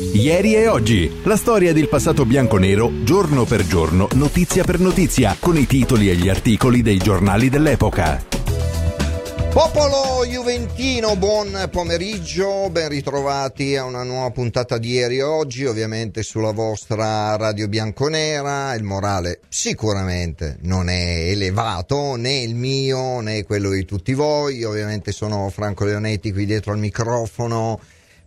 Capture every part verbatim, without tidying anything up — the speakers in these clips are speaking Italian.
Ieri e oggi, la storia del passato bianconero, giorno per giorno, notizia per notizia, con i titoli e gli articoli dei giornali dell'epoca. Popolo juventino, buon pomeriggio, ben ritrovati a una nuova puntata di Ieri e Oggi, ovviamente sulla vostra radio bianconera. Il morale sicuramente non è elevato, né il mio né quello di tutti voi. Ovviamente sono Franco Leonetti qui dietro al microfono,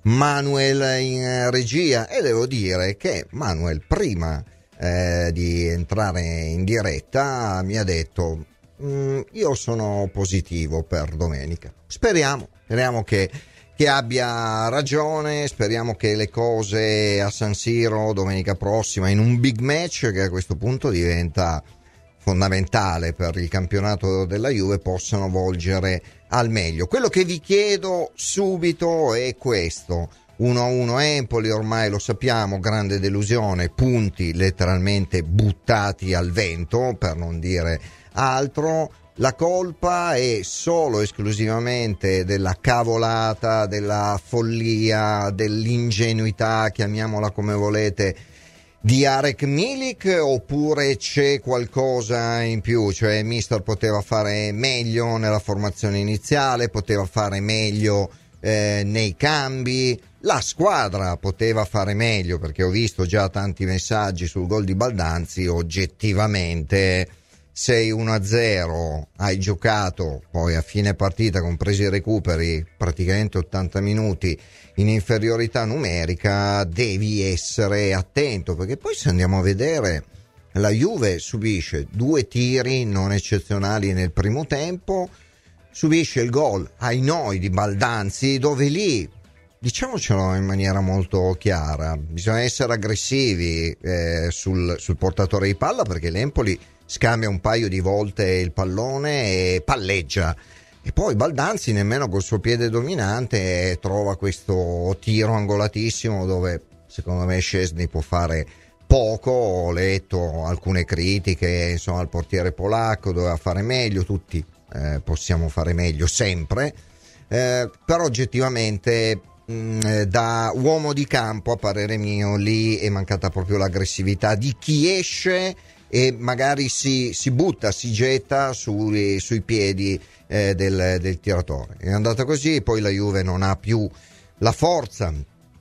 Manuel in regia, e devo dire che Manuel prima eh, di entrare in diretta mi ha detto: mm, io sono positivo per domenica. Speriamo, speriamo che, che abbia ragione, speriamo che le cose a San Siro domenica prossima, in un big match che a questo punto diventa fondamentale per il campionato della Juve, possano volgere al meglio. Quello che vi chiedo subito è questo: uno a uno Empoli, ormai lo sappiamo, grande delusione, punti letteralmente buttati al vento, per non dire altro. La colpa è solo esclusivamente della cavolata, della follia, dell'ingenuità, chiamiamola come volete, di Arek Milik, oppure c'è qualcosa in più? Cioè il mister poteva fare meglio nella formazione iniziale, poteva fare meglio eh, nei cambi, la squadra poteva fare meglio, perché ho visto già tanti messaggi sul gol di Baldanzi. Oggettivamente sei uno a zero, hai giocato poi a fine partita, compresi i recuperi, praticamente ottanta minuti in inferiorità numerica, devi essere attento, perché poi se andiamo a vedere, la Juve subisce due tiri non eccezionali nel primo tempo, subisce il gol ai noi di Baldanzi, dove lì, diciamocelo in maniera molto chiara, bisogna essere aggressivi eh, sul, sul portatore di palla, perché l'Empoli scambia un paio di volte il pallone e palleggia, e poi Baldanzi nemmeno col suo piede dominante trova questo tiro angolatissimo dove secondo me Szczęsny può fare poco. Ho letto alcune critiche, insomma, al portiere polacco, doveva fare meglio, tutti eh, possiamo fare meglio sempre, eh, però oggettivamente mh, da uomo di campo, a parere mio, lì è mancata proprio l'aggressività di chi esce e magari si, si butta, si getta sui, sui piedi eh, del, del tiratore. È andata così, poi la Juve non ha più la forza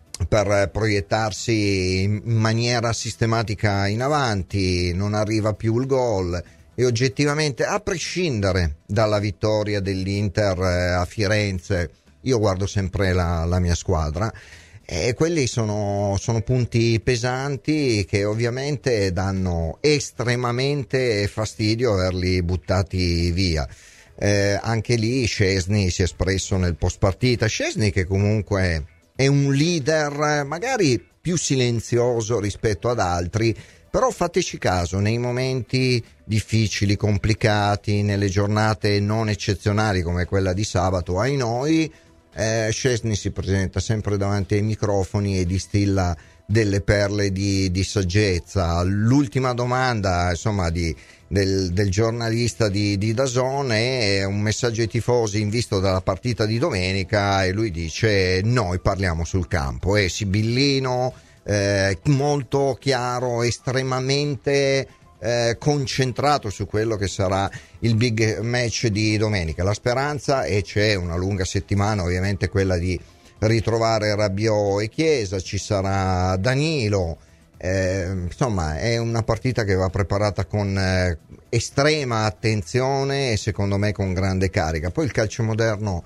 per proiettarsi in maniera sistematica in avanti, non arriva più il gol, e oggettivamente, a prescindere dalla vittoria dell'Inter a Firenze, io guardo sempre la, la mia squadra, e quelli sono, sono punti pesanti che ovviamente danno estremamente fastidio averli buttati via. Eh, anche lì Szczęsny si è espresso nel post partita. Szczęsny, che comunque è un leader magari più silenzioso rispetto ad altri, però fateci caso, nei momenti difficili, complicati, nelle giornate non eccezionali come quella di sabato ai noi, Eh, Szczęsny si presenta sempre davanti ai microfoni e distilla delle perle di, di saggezza. L'ultima domanda, insomma, di, del, del giornalista di, di DAZN è un messaggio ai tifosi in vista della partita di domenica, e lui dice: noi parliamo sul campo. È sibillino, eh, molto chiaro, estremamente Eh, concentrato su quello che sarà il big match di domenica. La speranza, e c'è una lunga settimana ovviamente, quella di ritrovare Rabiot e Chiesa, ci sarà Danilo, eh, insomma è una partita che va preparata con eh, estrema attenzione e secondo me con grande carica. Poi il calcio moderno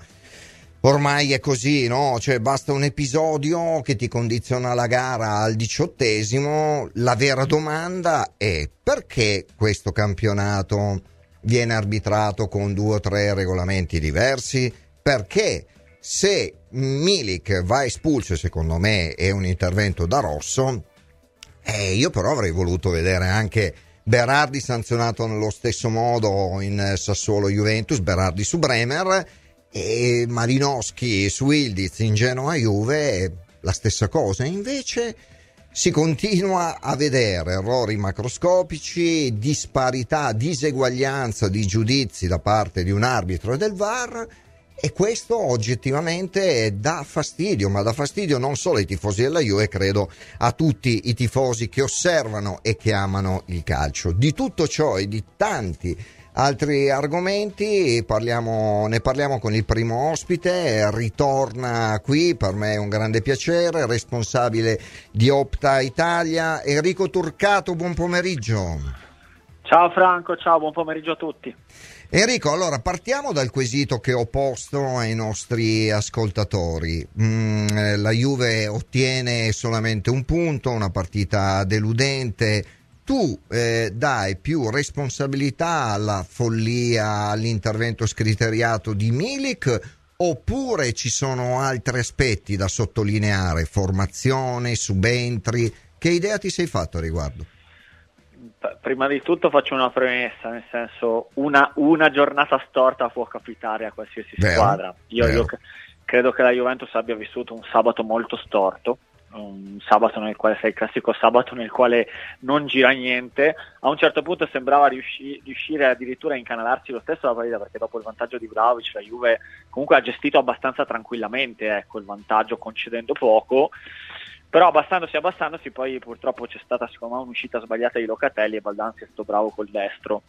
ormai è così, no? Cioè basta un episodio che ti condiziona la gara al diciottesimo. La vera domanda è: perché questo campionato viene arbitrato con due o tre regolamenti diversi? Perché se Milik va espulso, e secondo me è un intervento da rosso, eh, io però avrei voluto vedere anche Berardi sanzionato nello stesso modo in Sassuolo Juventus, Berardi su Bremer, e Malinowski su Ildiz in Genoa Juve, la stessa cosa. Invece si continua a vedere errori macroscopici, disparità, diseguaglianza di giudizi da parte di un arbitro e del V A R, E questo oggettivamente dà fastidio, ma dà fastidio non solo ai tifosi della Juve, credo a tutti i tifosi che osservano e che amano il calcio. Di tutto ciò e di tanti altri argomenti parliamo, ne parliamo con il primo ospite. Ritorna qui, per me è un grande piacere, responsabile di Opta Italia, Enrico Turcato. Buon pomeriggio. Ciao Franco, ciao, buon pomeriggio a tutti. Enrico, allora partiamo dal quesito che ho posto ai nostri ascoltatori. Mm, la Juve ottiene solamente un punto, una partita deludente. Tu eh, dai più responsabilità alla follia, all'intervento scriteriato di Milik, oppure ci sono altri aspetti da sottolineare, formazione, subentri? Che idea ti sei fatto a riguardo? Prima di tutto faccio una premessa, nel senso una, una giornata storta può capitare a qualsiasi Vero. squadra. Io, io credo che la Juventus abbia vissuto un sabato molto storto, un sabato nel quale sei il classico sabato nel quale non gira niente. A un certo punto sembrava riusci- riuscire addirittura a incanalarsi lo stesso la partita, perché dopo il vantaggio di Vlahovic la Juve comunque ha gestito abbastanza tranquillamente ecco, il vantaggio, concedendo poco. Però abbassandosi abbassandosi poi purtroppo c'è stata secondo me un'uscita sbagliata di Locatelli e Baldanzi è stato bravo col destro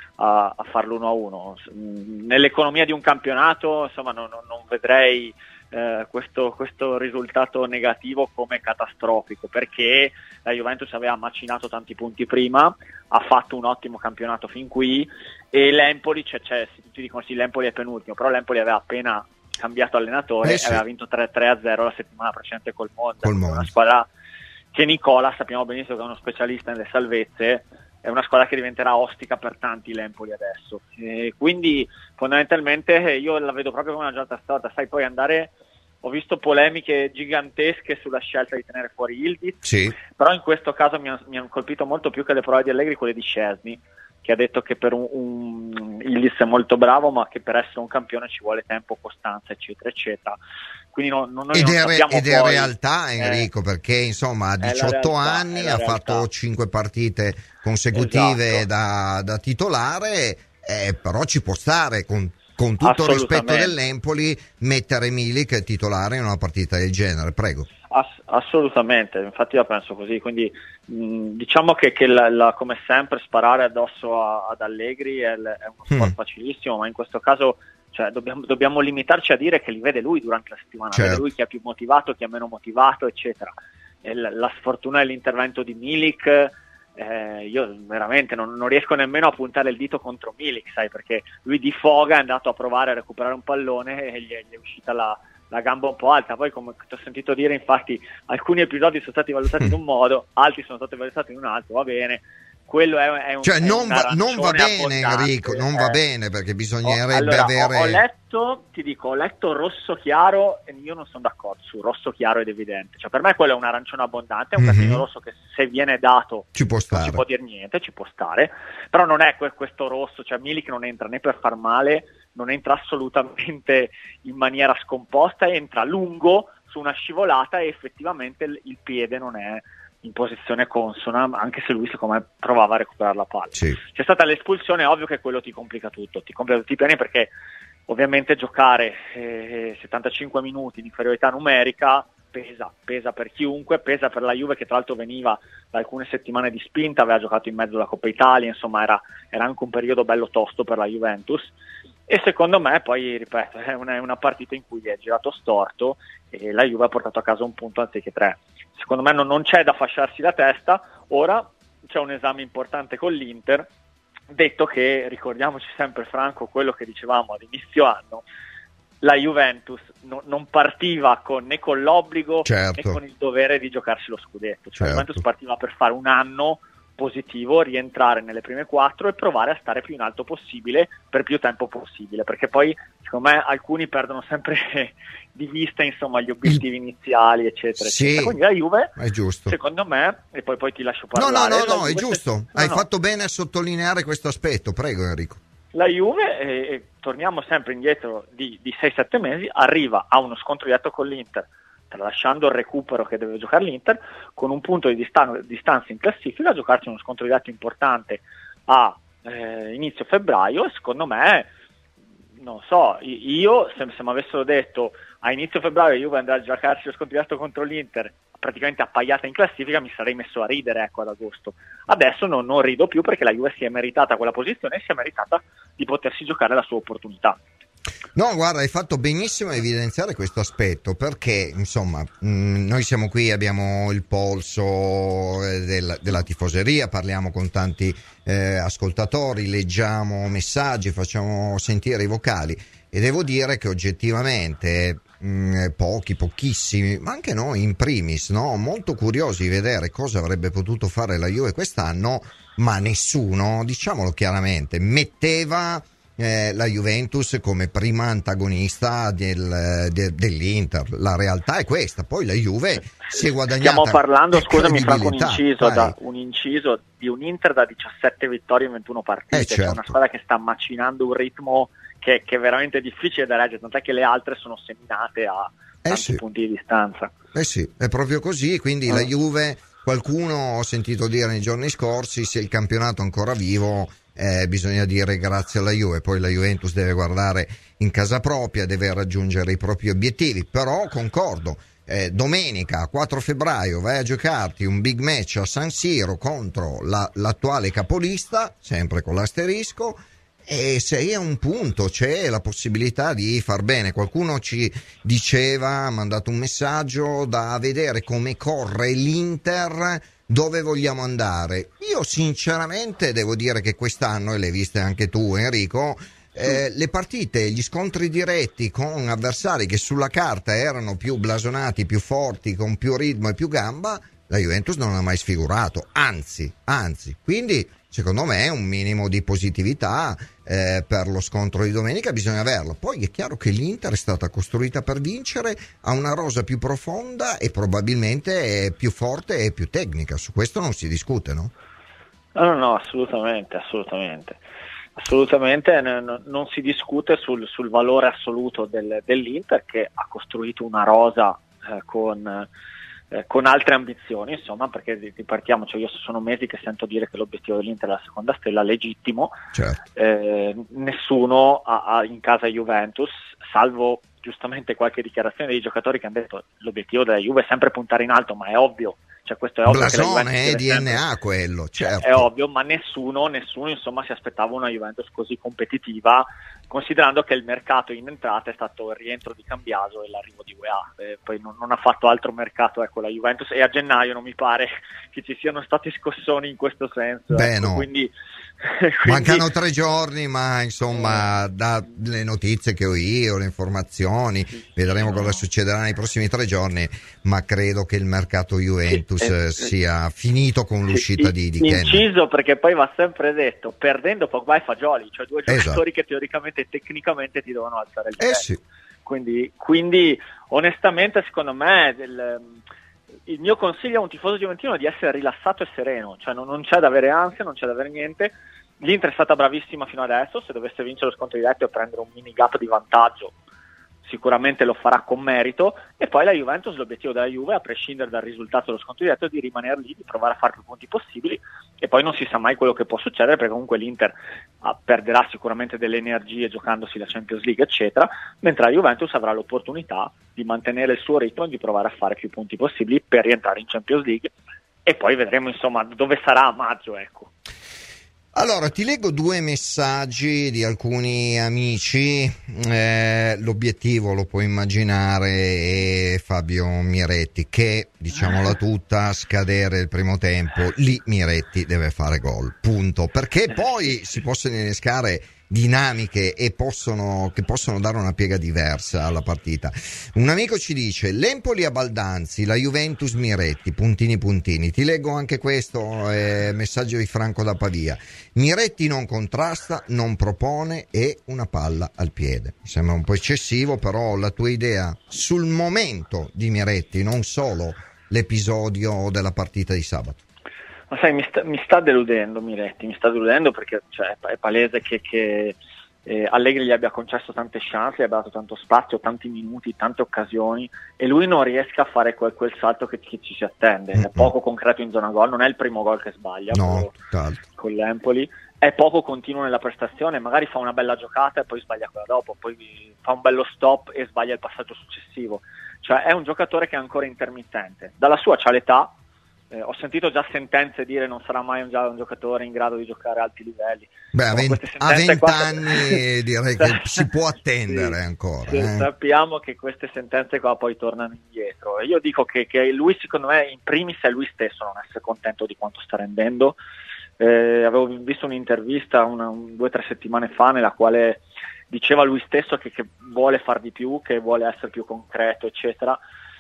a, a farlo uno a uno. Nell'economia di un campionato insomma non, non vedrei eh, questo, questo risultato negativo come catastrofico, perché la Juventus aveva macinato tanti punti prima, ha fatto un ottimo campionato fin qui e l'Empoli, c'è, c'è, tutti dicono sì l'Empoli è penultimo, però l'Empoli aveva appena cambiato allenatore, eh sì. aveva vinto tre a zero la settimana precedente col Monza, col Monza. Una squadra che Nicola, sappiamo benissimo che è uno specialista nelle salvezze, è una squadra che diventerà ostica per tanti l'Empoli adesso, e quindi fondamentalmente io la vedo proprio come una giornata storta. Sai, poi andare, ho visto polemiche gigantesche sulla scelta di tenere fuori Ildiz, sì. però in questo caso mi hanno han colpito molto più che le prove di Allegri quelle di Szczesny, che ha detto che per un, un Ildiz è molto bravo, ma che per essere un campione ci vuole tempo, costanza, eccetera, eccetera. Quindi no, no, noi ed non è, sappiamo ed poi, è realtà, Enrico, eh, perché insomma a diciotto realtà, anni ha realtà. fatto cinque partite consecutive esatto. da, da titolare, eh, però ci può stare, con, con tutto il rispetto dell'Empoli, mettere Milik titolare in una partita del genere. Prego. Ass- assolutamente, infatti io penso così, quindi mh, diciamo che, che la, la, come sempre sparare addosso a, ad Allegri è, l- è uno sport mm. facilissimo, ma in questo caso cioè, dobbiamo, dobbiamo limitarci a dire che li vede lui durante la settimana, certo. vede lui chi è più motivato, chi è meno motivato, eccetera. E l- la sfortuna dell'intervento di Milik, eh, io veramente non, non riesco nemmeno a puntare il dito contro Milik, sai, perché lui di foga è andato a provare a recuperare un pallone e gli è, gli è uscita la la gamba un po' alta. Poi, come ti ho sentito dire, infatti alcuni episodi sono stati valutati in un modo, altri sono stati valutati in un altro, va bene, quello è, è un cioè è non, un va, non va bene Enrico, non eh. va bene, perché bisognerebbe ho, allora, avere ho, ho letto, ti dico, ho letto rosso chiaro e io non sono d'accordo su rosso chiaro ed evidente, cioè per me quello è un arancione abbondante, è un mm-hmm. cartino rosso che se viene dato ci può stare. non ci può dire niente, ci può stare, però non è questo rosso, cioè Milik non entra né per far male, non entra assolutamente in maniera scomposta, entra lungo su una scivolata e effettivamente il, il piede non è in posizione consona, anche se lui secondo me provava a recuperare la palla. Sì. C'è stata l'espulsione, è ovvio che quello ti complica tutto, ti complica tutti i piani, perché ovviamente giocare eh, settantacinque minuti in inferiorità numerica pesa, pesa per chiunque, pesa per la Juve che tra l'altro veniva da alcune settimane di spinta, aveva giocato in mezzo alla Coppa Italia, insomma era, era anche un periodo bello tosto per la Juventus. E secondo me poi, ripeto, è una, è una partita in cui è girato storto e la Juve ha portato a casa un punto anziché tre. Secondo me non, non c'è da fasciarsi la testa. Ora c'è un esame importante con l'Inter, detto che, ricordiamoci sempre Franco quello che dicevamo all'inizio anno, la Juventus no, non partiva con, né con l'obbligo certo. né con il dovere di giocarsi lo scudetto, cioè certo. la Juventus partiva per fare un anno positivo, rientrare nelle prime quattro e provare a stare più in alto possibile per più tempo possibile, perché poi secondo me alcuni perdono sempre di vista insomma gli obiettivi iniziali eccetera, sì, eccetera. Quindi la Juve è giusto, secondo me, e poi, poi ti lascio parlare. No, no, no, no è giusto, no, hai no. fatto bene a sottolineare questo aspetto, prego Enrico. La Juve, eh, torniamo sempre indietro di, di sei sette mesi, arriva a uno scontro diretto con l'Inter, tralasciando il recupero che deve giocare l'Inter, con un punto di distan- distanza in classifica, a giocarci uno scontro diretto importante a eh, inizio febbraio, e secondo me non so, io se, se mi avessero detto a inizio febbraio Juve andrà a giocarsi lo scontro diretto contro l'Inter praticamente appaiata in classifica, mi sarei messo a ridere, ecco, ad agosto. Adesso non, non rido più, perché la Juve si è meritata quella posizione e si è meritata di potersi giocare la sua opportunità. No, guarda, hai fatto benissimo a evidenziare questo aspetto, perché insomma mh, noi siamo qui, abbiamo il polso del, della tifoseria, parliamo con tanti eh, ascoltatori, leggiamo messaggi, facciamo sentire i vocali, e devo dire che oggettivamente mh, pochi, pochissimi, ma anche noi in primis, no? Molto curiosi di vedere cosa avrebbe potuto fare la Juve quest'anno, ma nessuno, diciamolo chiaramente, metteva Eh, la Juventus come prima antagonista del, de, dell'Inter. La realtà è questa. Poi la Juve si è guadagnata. Stiamo parlando, scusami Franco, un inciso, da, un inciso di un Inter da diciassette vittorie in ventuno partite, eh, certo. C'è una squadra che sta macinando un ritmo che, che è veramente difficile da reggere, tant'è che le altre sono seminate a eh, tanti sì. punti di distanza. Eh sì, è proprio così. Quindi oh. la Juve, qualcuno ho sentito dire nei giorni scorsi, se il campionato è ancora vivo, Eh, bisogna dire grazie alla Juve. Poi la Juventus deve guardare in casa propria, deve raggiungere i propri obiettivi, però concordo, eh, domenica quattro febbraio vai a giocarti un big match a San Siro contro la, l'attuale capolista, sempre con l'asterisco, e sei a un punto, c'è la possibilità di far bene. Qualcuno ci diceva, ha mandato un messaggio, da vedere come corre l'Inter, dove vogliamo andare. Io sinceramente devo dire che quest'anno, e le hai viste anche tu Enrico, eh, le partite, gli scontri diretti con avversari che sulla carta erano più blasonati, più forti, con più ritmo e più gamba, la Juventus non ha mai sfigurato, anzi, anzi, quindi secondo me un minimo di positività eh, per lo scontro di domenica bisogna averlo. Poi è chiaro che l'Inter è stata costruita per vincere, ha una rosa più profonda e probabilmente è più forte e più tecnica, su questo non si discute, no? No, no, no, assolutamente, assolutamente. Assolutamente n- non si discute sul, sul valore assoluto del, dell'Inter, che ha costruito una rosa eh, con... con altre ambizioni, insomma, perché ripartiamo, cioè io sono mesi che sento dire che l'obiettivo dell'Inter è la seconda stella, legittimo, certo. eh, nessuno ha, ha in casa Juventus, salvo giustamente qualche dichiarazione dei giocatori che hanno detto l'obiettivo della Juve è sempre puntare in alto, ma è ovvio, cioè questo è ovvio. Blasone, è D N A sempre, quello, certo. È ovvio, ma nessuno, nessuno insomma si aspettava una Juventus così competitiva, considerando che il mercato in entrata è stato il rientro di Cambiaso e l'arrivo di U E A, eh, poi non, non ha fatto altro mercato, ecco, la Juventus, e a gennaio non mi pare che ci siano stati scossoni in questo senso. Beh, ecco, no. quindi, quindi mancano tre giorni, ma insomma dalle notizie che ho io, le informazioni, sì, vedremo sì, cosa no. succederà nei prossimi tre giorni, ma credo che il mercato Juventus sì, eh, sia finito con l'uscita sì, di, di Ken. Inciso, perché poi va sempre detto, perdendo Pogba e Fagioli, cioè due giocatori esatto. che teoricamente e tecnicamente ti devono alzare il livello. Eh sì. Quindi, quindi onestamente secondo me del, il mio consiglio a un tifoso juventino è di essere rilassato e sereno, cioè non, non c'è da avere ansia, non c'è da avere niente. L'Inter è stata bravissima fino adesso, se dovesse vincere lo scontro diretto e prendere un mini gap di vantaggio sicuramente lo farà con merito, e poi la Juventus, l'obiettivo della Juve, a prescindere dal risultato dello scontro diretto, è di rimanere lì, di provare a fare più punti possibili, e poi non si sa mai quello che può succedere, perché comunque l'Inter ah, perderà sicuramente delle energie giocandosi la Champions League eccetera, mentre la Juventus avrà l'opportunità di mantenere il suo ritmo e di provare a fare più punti possibili per rientrare in Champions League, e poi vedremo insomma dove sarà a maggio, ecco. Allora, ti leggo due messaggi di alcuni amici, eh, l'obiettivo lo puoi immaginare è Fabio Miretti, che, diciamola tutta, scadere il primo tempo, lì Miretti deve fare gol, punto, perché poi si possono innescare dinamiche e possono che possono dare una piega diversa alla partita. Un amico ci dice l'Empoli a Baldanzi, la Juventus Miretti, puntini puntini. Ti leggo anche questo eh, messaggio di Franco da Pavia. Miretti non contrasta, non propone e una palla al piede. Mi sembra un po' eccessivo, però la tua idea sul momento di Miretti, non solo l'episodio della partita di sabato. Ma sai, mi sta, mi sta deludendo Miretti, mi sta deludendo perché cioè, è palese che, che eh, Allegri gli abbia concesso tante chance, gli abbia dato tanto spazio, tanti minuti, tante occasioni, e lui non riesca a fare quel, quel salto che, che ci si attende. Mm-hmm. È poco concreto in zona gol, non è il primo gol che sbaglia no, con, con l'Empoli, è poco continuo nella prestazione, magari fa una bella giocata e poi sbaglia quella dopo, poi fa un bello stop e sbaglia il passaggio successivo, cioè è un giocatore che è ancora intermittente, dalla sua c'ha l'età. Eh, ho sentito già sentenze dire non sarà mai un, già un giocatore in grado di giocare a alti livelli. Beh, a venti anni direi che si può attendere sì, ancora. Sì, eh. Sappiamo che queste sentenze qua poi tornano indietro. E io dico che, che lui, secondo me, in primis è lui stesso non essere contento di quanto sta rendendo. Eh, avevo visto un'intervista una, un, due o tre settimane fa nella quale diceva lui stesso che, che vuole far di più, che vuole essere più concreto, eccetera.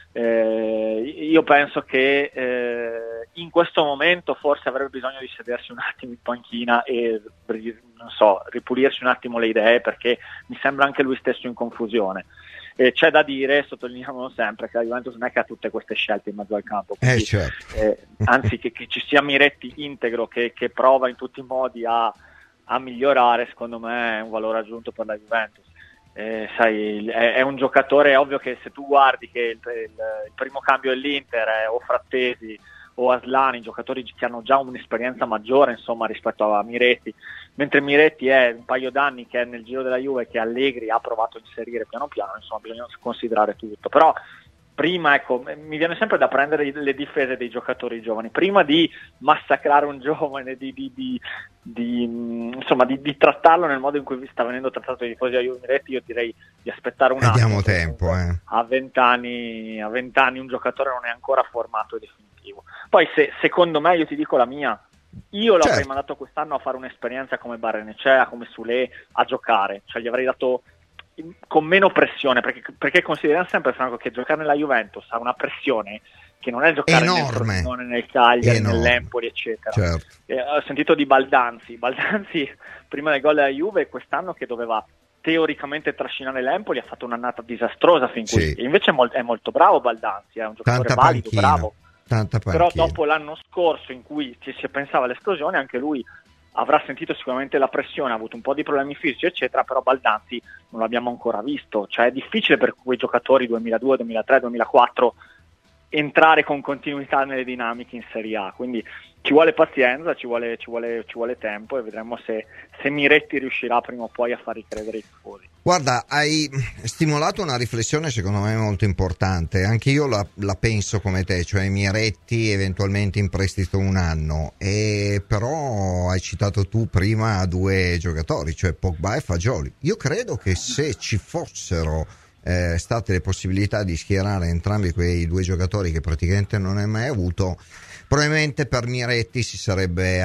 Eh, io penso che eh, in questo momento forse avrebbe bisogno di sedersi un attimo in panchina e non so, ripulirsi un attimo le idee, perché mi sembra anche lui stesso in confusione. Eh, c'è da dire, sottolineiamolo sempre, che la Juventus non è che ha tutte queste scelte in mezzo al campo, quindi, eh, certo. eh, anzi che, che ci sia Miretti integro che, che prova in tutti i modi a, a migliorare, secondo me è un valore aggiunto per la Juventus. Eh, sai, è, è un giocatore, è ovvio che se tu guardi che il, il, il primo cambio dell'Inter è o Frattesi o Aslani, giocatori che hanno già un'esperienza maggiore insomma rispetto a Miretti, mentre Miretti è un paio d'anni che è nel giro della Juve, che Allegri ha provato a inserire piano piano, insomma bisogna considerare tutto. Però prima, ecco, mi viene sempre da prendere le difese dei giocatori giovani, prima di massacrare un giovane, di, di, di, di insomma di, di trattarlo nel modo in cui sta venendo trattato i tifosi a Juve, io direi di aspettare un anno. Diamo tempo, eh. A vent'anni, a vent'anni un giocatore non è ancora formato e definitivo. Poi se, secondo me, io ti dico la mia, io l'avrei certo. mandato quest'anno a fare un'esperienza come Barrenechea, come Sule, a giocare, cioè gli avrei dato con meno pressione, perché, perché consideriamo sempre, Franco, che giocare nella Juventus ha una pressione che non è giocare enorme, nel Frosinone, nel Cagliari, enorme. nell'Empoli, eccetera. Certo. Eh, ho sentito di Baldanzi, Baldanzi prima del gol della Juve quest'anno, che doveva teoricamente trascinare l'Empoli, ha fatto un'annata disastrosa fin qui, sì. e invece è, mol- è molto bravo Baldanzi, è un giocatore Tanta valido, panchina. bravo. Tanta Però dopo l'anno scorso in cui ci si pensava all'esplosione, anche lui avrà sentito sicuramente la pressione, ha avuto un po' di problemi fisici eccetera, però Baldanzi non l'abbiamo ancora visto, cioè è difficile per quei giocatori duemiladue, duemilatré, duemilaquattro entrare con continuità nelle dinamiche in Serie A, quindi ci vuole pazienza, ci vuole, ci vuole, ci vuole tempo, e vedremo se, se Miretti riuscirà prima o poi a far ricredere i tifosi. Guarda, hai stimolato una riflessione secondo me molto importante, anche io la, la penso come te, cioè Miretti eventualmente in prestito un anno, e però hai citato tu prima due giocatori, cioè Pogba e Fagioli. Io credo che se ci fossero eh, state le possibilità di schierare entrambi quei due giocatori, che praticamente non hai mai avuto, probabilmente per Miretti si sarebbe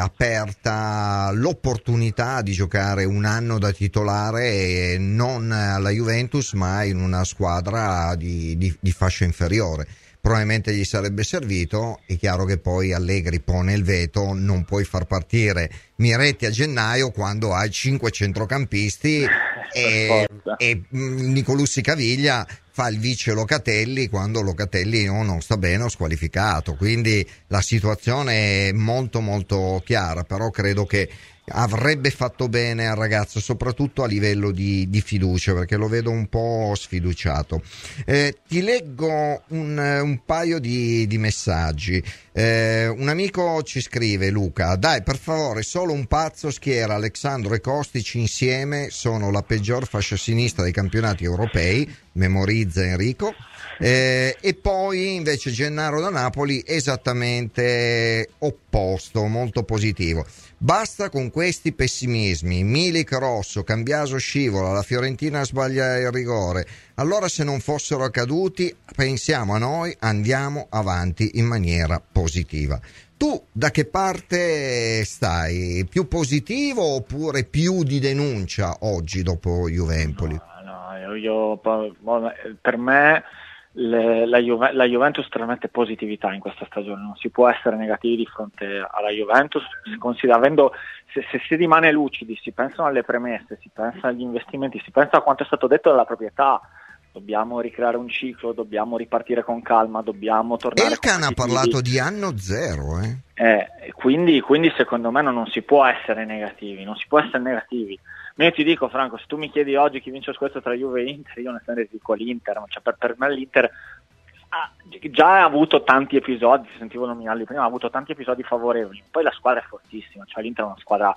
aperta l'opportunità di giocare un anno da titolare, e non alla Juventus ma in una squadra di, di, di fascia inferiore. Probabilmente gli sarebbe servito. È chiaro che poi Allegri pone il veto, non puoi far partire Miretti a gennaio quando hai cinque centrocampisti e, e Nicolussi Caviglia fa il vice Locatelli quando Locatelli o non sta bene o squalificato, quindi la situazione è molto molto chiara, però credo che avrebbe fatto bene al ragazzo, soprattutto a livello di, di fiducia, perché lo vedo un po' sfiduciato. Eh, ti leggo un, un paio di, di messaggi. Eh, un amico ci scrive: Luca, dai per favore, solo un pazzo schiera Alexandro e Kostic insieme, sono la peggior fascia sinistra dei campionati europei, memorizza Enrico. Eh, e poi invece Gennaro da Napoli esattamente opposto, molto positivo. Basta con questi pessimismi, Milik rosso, Cambiaso scivola, la Fiorentina sbaglia il rigore. Allora se non fossero accaduti, pensiamo a noi, andiamo avanti in maniera positiva. Tu da che parte stai? Più positivo oppure più di denuncia oggi dopo Juve-Empoli? No, no, io, io per me Le, la, Juve, la Juventus trasmette positività in questa stagione, non si può essere negativi di fronte alla Juventus, avendo, se, se si rimane lucidi, si pensano alle premesse, si pensa agli investimenti, si pensa a quanto è stato detto dalla proprietà, dobbiamo ricreare un ciclo, dobbiamo ripartire con calma, dobbiamo tornare. Elkan ha parlato di anno zero, eh? Eh, quindi, quindi secondo me non, non si può essere negativi, non si può essere negativi. Ma io ti dico, Franco, se tu mi chiedi oggi chi vince lo scudetto tra Juve e Inter, io onestamente dico l'Inter, cioè per, per me l'Inter ha già avuto tanti episodi, sentivo nominarli prima, ha avuto tanti episodi favorevoli, poi la squadra è fortissima, cioè l'Inter è una squadra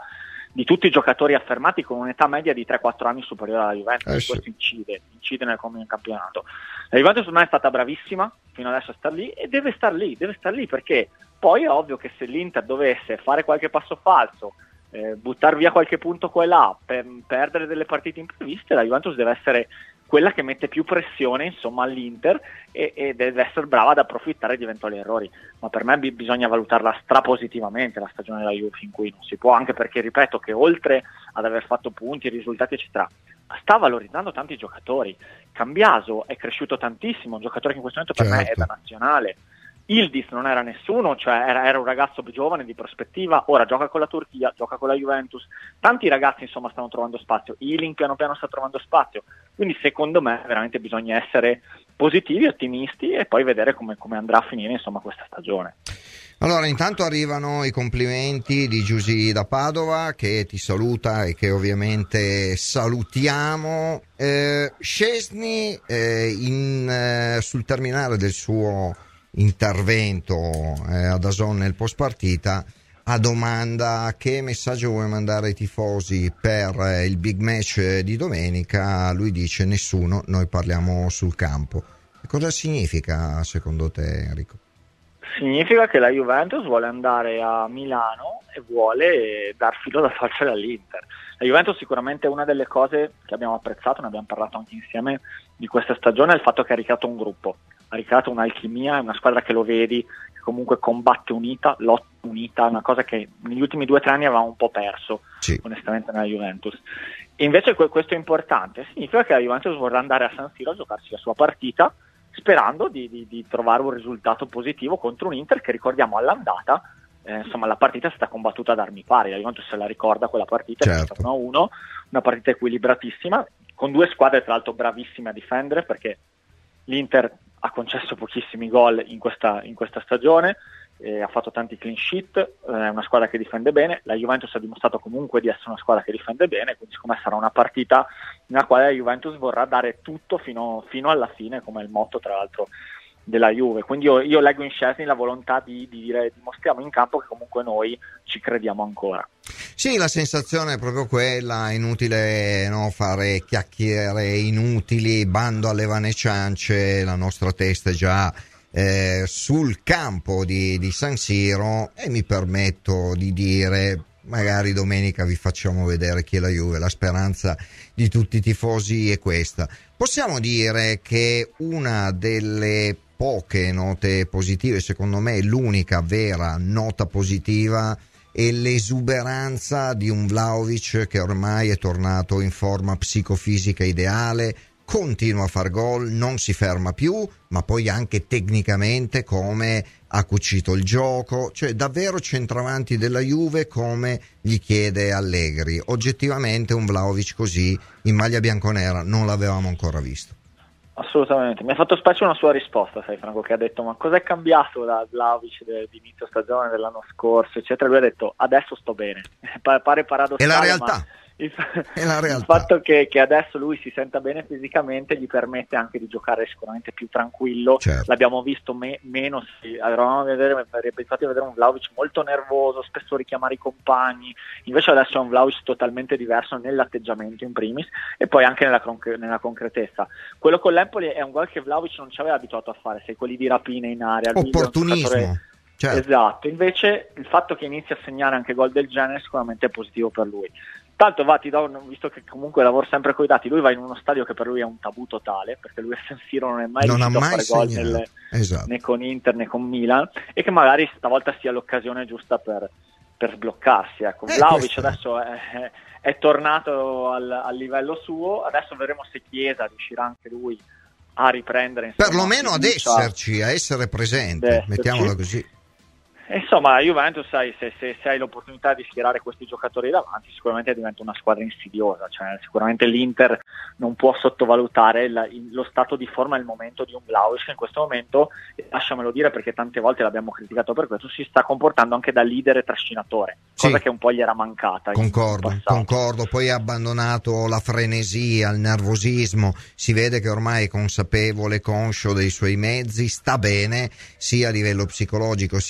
di tutti i giocatori affermati con un'età media di tre quattro anni superiore alla Juventus, eh sì. questo incide, incide nel, nel campionato. La Juventus ormai è stata bravissima fino adesso a star lì e deve star lì, deve star lì perché poi è ovvio che se l'Inter dovesse fare qualche passo falso, eh, buttare via qualche punto qua e là, per perdere delle partite impreviste, la Juventus deve essere quella che mette più pressione insomma all'Inter e, e deve essere brava ad approfittare di eventuali errori, ma per me b- bisogna valutarla strapositivamente la stagione della Juve in cui non si può, anche perché ripeto che oltre ad aver fatto punti, risultati eccetera, sta valorizzando tanti giocatori. Cambiaso è cresciuto tantissimo, un giocatore che in questo momento per certo. me è da nazionale. Yildiz non era nessuno, cioè era, era un ragazzo giovane di prospettiva, ora gioca con la Turchia, gioca con la Juventus, tanti ragazzi insomma stanno trovando spazio, Ealing piano piano sta trovando spazio, quindi secondo me veramente bisogna essere positivi, ottimisti e poi vedere come, come andrà a finire insomma questa stagione. Allora, intanto arrivano i complimenti di Giusy da Padova che ti saluta e che ovviamente salutiamo. Eh, Szczesny eh, in, eh, sul terminale del suo intervento eh, a D A Z N nel post partita a domanda che messaggio vuoi mandare ai tifosi per eh, il big match di domenica, lui dice nessuno, noi parliamo sul campo. E cosa significa secondo te, Enrico? Significa che la Juventus vuole andare a Milano e vuole dar filo da torcere all'Inter. La Juventus sicuramente è una delle cose che abbiamo apprezzato, ne abbiamo parlato anche insieme di questa stagione, è il fatto che ha ricreato un gruppo, ha ricreato un'alchimia, è una squadra che lo vedi, che comunque combatte unita, lotta unita, una cosa che negli ultimi due o tre anni avevamo un po' perso, sì. onestamente nella Juventus. E invece questo è importante, significa che la Juventus vorrà andare a San Siro a giocarsi la sua partita, sperando di, di, di trovare un risultato positivo contro un Inter che, ricordiamo, all'andata eh, insomma la partita è stata combattuta ad armi pari, la Juventus se la ricorda quella partita, certo. È stata uno a uno, una partita equilibratissima con due squadre tra l'altro bravissime a difendere, perché l'Inter ha concesso pochissimi gol in questa, in questa stagione, eh, ha fatto tanti clean sheet, è eh, una squadra che difende bene, la Juventus ha dimostrato comunque di essere una squadra che difende bene, quindi secondo me sarà una partita nella quale la Juventus vorrà dare tutto fino, fino alla fine, come è il motto tra l'altro della Juve, quindi io, io leggo in Szczesny la volontà di, di dire dimostriamo in campo che comunque noi ci crediamo ancora. Sì, la sensazione è proprio quella, inutile no, fare chiacchiere inutili, bando alle vane ciance, la nostra testa è già eh, sul campo di, di San Siro e mi permetto di dire magari domenica vi facciamo vedere chi è la Juve, la speranza di tutti i tifosi è questa. Possiamo dire che una delle poche note positive, secondo me l'unica vera nota positiva, è l'esuberanza di un Vlahovic che ormai è tornato in forma psicofisica ideale, continua a far gol, non si ferma più, ma poi anche tecnicamente come ha cucito il gioco, cioè davvero centravanti della Juve come gli chiede Allegri. Oggettivamente un Vlahovic così in maglia bianconera non l'avevamo ancora visto. Assolutamente, mi ha fatto specie una sua risposta, sai Franco, che ha detto ma cos'è cambiato da Vlahovic de, di inizio stagione dell'anno scorso eccetera, lui ha detto adesso sto bene, pare paradossale, è la realtà. Ma il, è la realtà. Il fatto che, che adesso lui si senta bene fisicamente gli permette anche di giocare sicuramente più tranquillo, certo. L'abbiamo visto me, meno, sì, eravamo a vedere, infatti a vedere un Vlahovic molto nervoso, spesso richiamare i compagni, invece adesso è un Vlahovic totalmente diverso nell'atteggiamento in primis e poi anche nella, concre- nella concretezza. Quello con l'Empoli è un gol che Vlahovic non ci aveva abituato a fare, sai, quelli di rapine in area, opportunismo. Certo. Esatto, invece il fatto che inizi a segnare anche gol del genere sicuramente è positivo per lui. Tanto va, ti do, visto che comunque lavora sempre coi dati, lui va in uno stadio che per lui è un tabù totale, perché lui a San Siro non è mai non riuscito mai a fare gol nel, esatto. né con Inter né con Milan, e che magari stavolta sia l'occasione giusta per, per sbloccarsi. Ecco. Eh, Vlahovic adesso è, è, è tornato al, al livello suo, adesso vedremo se Chiesa riuscirà anche lui a riprendere. Insomma, perlomeno ad esserci, a essere presente, mettiamola così. Insomma, la Juventus, sai, se, se, se hai l'opportunità di schierare questi giocatori davanti, sicuramente diventa una squadra insidiosa. Cioè, sicuramente l'Inter non può sottovalutare la, lo stato di forma e il momento di un Vlahovic che in questo momento, lasciamelo dire perché tante volte l'abbiamo criticato per questo, si sta comportando anche da leader e trascinatore, cosa sì. che un po' gli era mancata. Concordo, concordo. Poi ha abbandonato la frenesia, il nervosismo, si vede che ormai è consapevole, conscio dei suoi mezzi, sta bene sia a livello psicologico sia a livello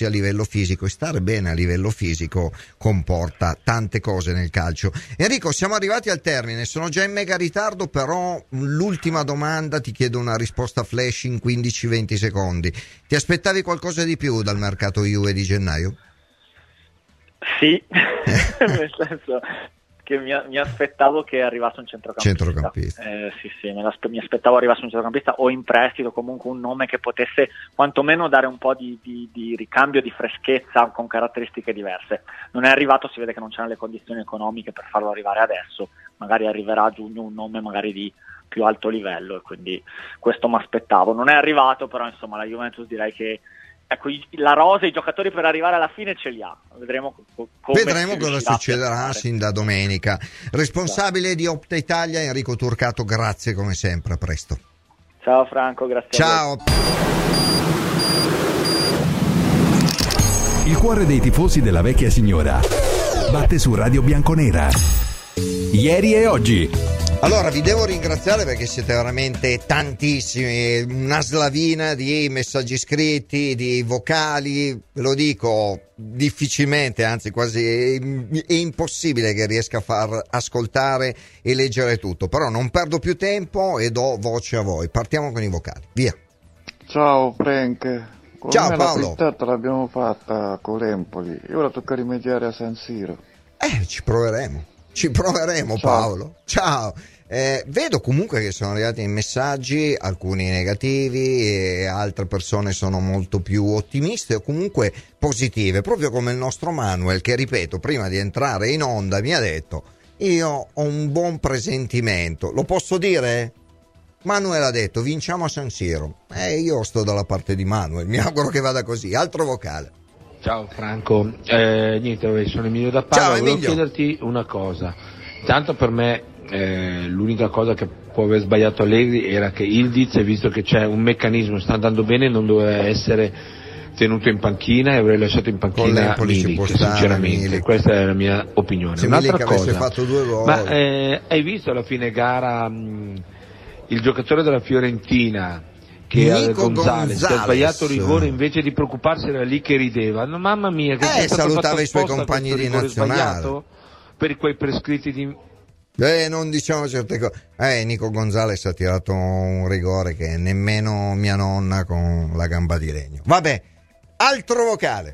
fisico, e stare bene a livello fisico comporta tante cose nel calcio. Enrico, siamo arrivati al termine, sono già in mega ritardo, però l'ultima domanda, ti chiedo una risposta flash in quindici venti secondi. Ti aspettavi qualcosa di più dal mercato Juve di gennaio? Sì, nel senso che mi, mi aspettavo che arrivasse un centrocampista. Centrocampista. Eh, sì, sì, me mi aspettavo arrivasse un centrocampista o in prestito, comunque un nome che potesse quantomeno dare un po' di, di, di ricambio, di freschezza con caratteristiche diverse. Non è arrivato, si vede che non c'erano le condizioni economiche per farlo arrivare adesso, magari arriverà a giugno un nome magari di più alto livello, e quindi questo mi aspettavo. Non è arrivato, però insomma la Juventus direi che ecco, la rosa, i giocatori per arrivare alla fine ce li ha. Vedremo co- come Vedremo cosa succederà sin da domenica. Responsabile di Opta Italia, Enrico Turcato, grazie come sempre, a presto. Ciao Franco, grazie. Ciao. A voi. Il cuore dei tifosi della vecchia signora batte su Radio Bianconera. Ieri e oggi. Allora, vi devo ringraziare perché siete veramente tantissimi, una slavina di messaggi scritti, di vocali, ve lo dico, difficilmente, anzi quasi è impossibile che riesca a far ascoltare e leggere tutto, però non perdo più tempo e do voce a voi. Partiamo con i vocali, via. Ciao Frank. Con Ciao me Paolo. La puntata l'abbiamo fatta con l'Empoli e ora tocca rimediare a San Siro. Eh, ci proveremo. Ci proveremo. Ciao. Paolo. Ciao. Eh, vedo comunque che sono arrivati messaggi, alcuni negativi e altre persone sono molto più ottimiste o comunque positive, proprio come il nostro Manuel che, ripeto, prima di entrare in onda mi ha detto: io ho un buon presentimento. Lo posso dire? Manuel ha detto: vinciamo a San Siro. E eh, io sto dalla parte di Manuel, mi auguro che vada così. Altro vocale. Ciao Franco, eh, niente, sono Emilio da Padova. Volevo chiederti una cosa. Tanto per me eh, l'unica cosa che può aver sbagliato Allegri era che Ildiz, visto che c'è un meccanismo, sta andando bene, non doveva essere tenuto in panchina e avrei lasciato in panchina Milik, sinceramente. Milik. Questa è la mia opinione. Se Un'altra Milik cosa, avesse fatto due gol. Ma eh, hai visto alla fine gara mh, il giocatore della Fiorentina che Nico Gonzalez, Gonzalez che ha sbagliato il rigore, invece di preoccuparsi era lì che rideva. No, mamma mia, che eh, salutava i suoi compagni di nazionale per quei prescritti di eh, non diciamo certe cose. Eh, Nico Gonzalez ha tirato un rigore che nemmeno mia nonna con la gamba di legno. Vabbè, altro vocale.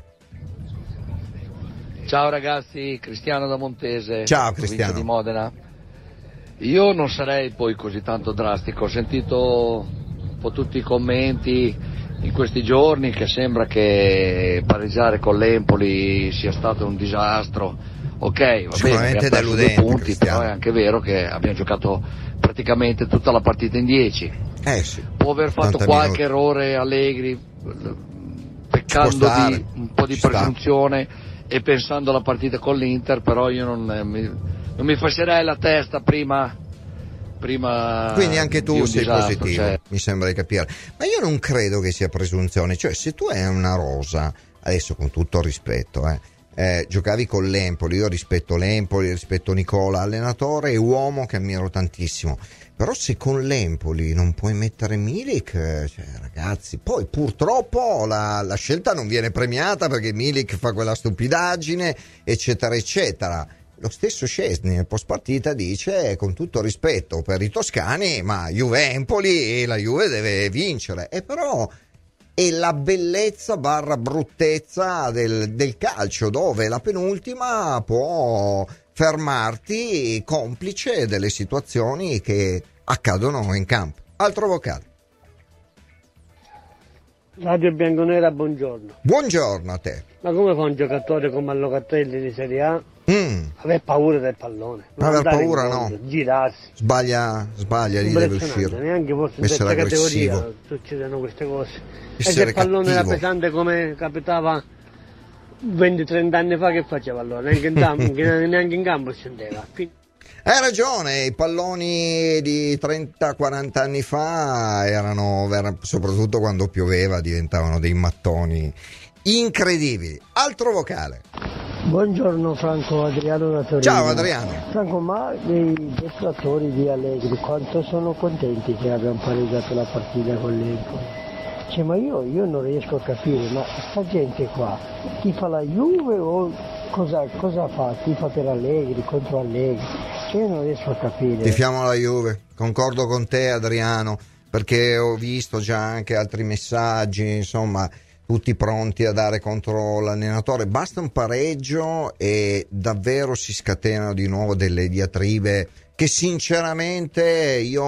Ciao ragazzi, Cristiano da Montese. Ciao Cristiano. Di Modena. Io non sarei poi così tanto drastico, ho sentito un po' tutti i commenti in questi giorni che sembra che pareggiare con l'Empoli sia stato un disastro. Ok, va bene, abbiamo perso due punti, Cristiano. Però è anche vero che abbiamo giocato praticamente tutta la partita in dieci. Eh sì. Può aver fatto qualche minuti. errore Allegri, peccando di un po' di Ci presunzione sta. E pensando alla partita con l'Inter, però io non mi, non mi fascerei la testa prima prima quindi anche tu sei disastro, positivo, cioè... mi sembra di capire, ma io non credo che sia presunzione, cioè se tu hai una rosa, adesso con tutto il rispetto eh, eh, giocavi con l'Empoli, io rispetto l'Empoli, rispetto Nicola, allenatore e uomo che ammiro tantissimo, però se con l'Empoli non puoi mettere Milik, cioè ragazzi, poi purtroppo la, la scelta non viene premiata perché Milik fa quella stupidaggine eccetera eccetera. Lo stesso Szczesny nel post partita dice, con tutto rispetto per i toscani, ma Juve-Empoli e la Juve deve vincere. E però è la bellezza barra bruttezza del, del calcio, dove la penultima può fermarti complice delle situazioni che accadono in campo. Altro vocale. Radio Bianconera, buongiorno. Buongiorno a te. Ma come fa un giocatore come Locatelli di Serie A mm. aver paura del pallone? Non aver paura mondo, no. Girarsi. Sbaglia, sbaglia, lì deve uscire. Neanche forse in questa categoria succedono queste cose. Essere e se il pallone cattivo. era pesante come capitava venti trenta anni fa, che faceva allora? Neanche in, campo, neanche in campo scendeva. Hai ragione, i palloni di trenta quaranta anni fa erano, soprattutto quando pioveva, diventavano dei mattoni incredibili. Altro vocale. Buongiorno Franco, Adriano da Torino. Ciao Adriano. Franco, ma dei detrattori di Allegri quanto sono contenti che abbiamo pareggiato la partita con l'Empoli? Cioè, ma io, io non riesco a capire, ma sta gente qua ti fa la Juve o cosa, cosa fa? Ti fa per Allegri, contro Allegri? Cioè, io non riesco a capire. Tifiamo la Juve, concordo con te Adriano, perché ho visto già anche altri messaggi, insomma, tutti pronti a dare contro l'allenatore. Basta un pareggio e davvero si scatenano di nuovo delle diatribe che sinceramente io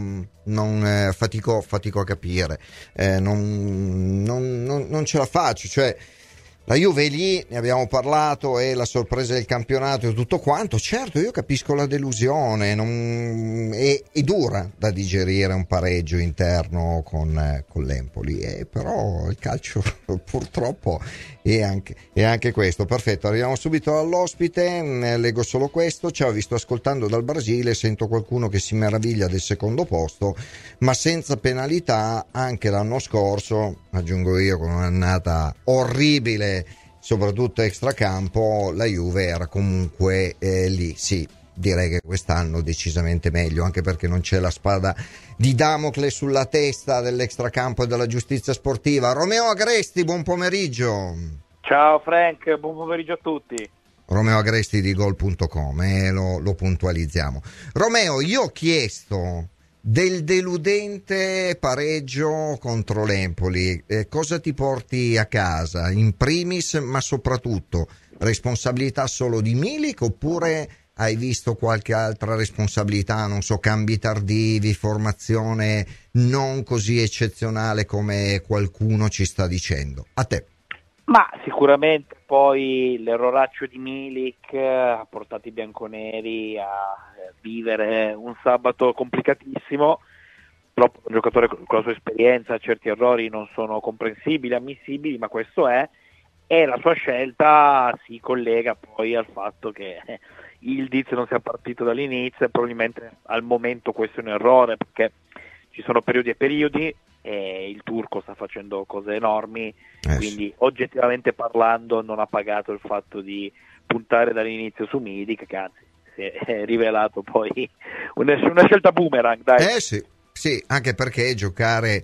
non eh, fatico, fatico a capire, eh, non, non, non, non ce la faccio, cioè la Juve è lì, ne abbiamo parlato, è la sorpresa del campionato e tutto quanto. Certo, io capisco la delusione, non, è, è dura da digerire un pareggio interno con, eh, con l'Empoli, eh, però il calcio purtroppo è anche, è anche questo. Perfetto, arriviamo subito all'ospite, ne leggo solo questo. Ciao, vi sto ascoltando dal Brasile, sento qualcuno che si meraviglia del secondo posto, ma senza penalità anche l'anno scorso, aggiungo io, con un'annata orribile soprattutto extracampo, la Juve era comunque eh, lì. Sì, direi che quest'anno decisamente meglio, anche perché non c'è la spada di Damocle sulla testa dell'extracampo e della giustizia sportiva. Romeo Agresti, buon pomeriggio. Ciao Frank, buon pomeriggio a tutti. Romeo Agresti di gol punto com, eh, lo, lo puntualizziamo. Romeo, io ho chiesto del deludente pareggio contro l'Empoli, eh, cosa ti porti a casa in primis, ma soprattutto responsabilità solo di Milik oppure hai visto qualche altra responsabilità, non so, cambi tardivi, formazione non così eccezionale come qualcuno ci sta dicendo? A te. Ma sicuramente poi l'erroraccio di Milik ha portato i bianconeri a vivere un sabato complicatissimo. Purtroppo un giocatore con la sua esperienza certi errori non sono comprensibili, ammissibili, ma questo è, e la sua scelta si collega poi al fatto che Ildiz non sia partito dall'inizio e probabilmente al momento questo è un errore, perché ci sono periodi e periodi e il turco sta facendo cose enormi, eh. Quindi oggettivamente parlando non ha pagato il fatto di puntare dall'inizio su Milik, che anzi si è rivelato poi una, una scelta boomerang, dai. Eh sì, sì, anche perché giocare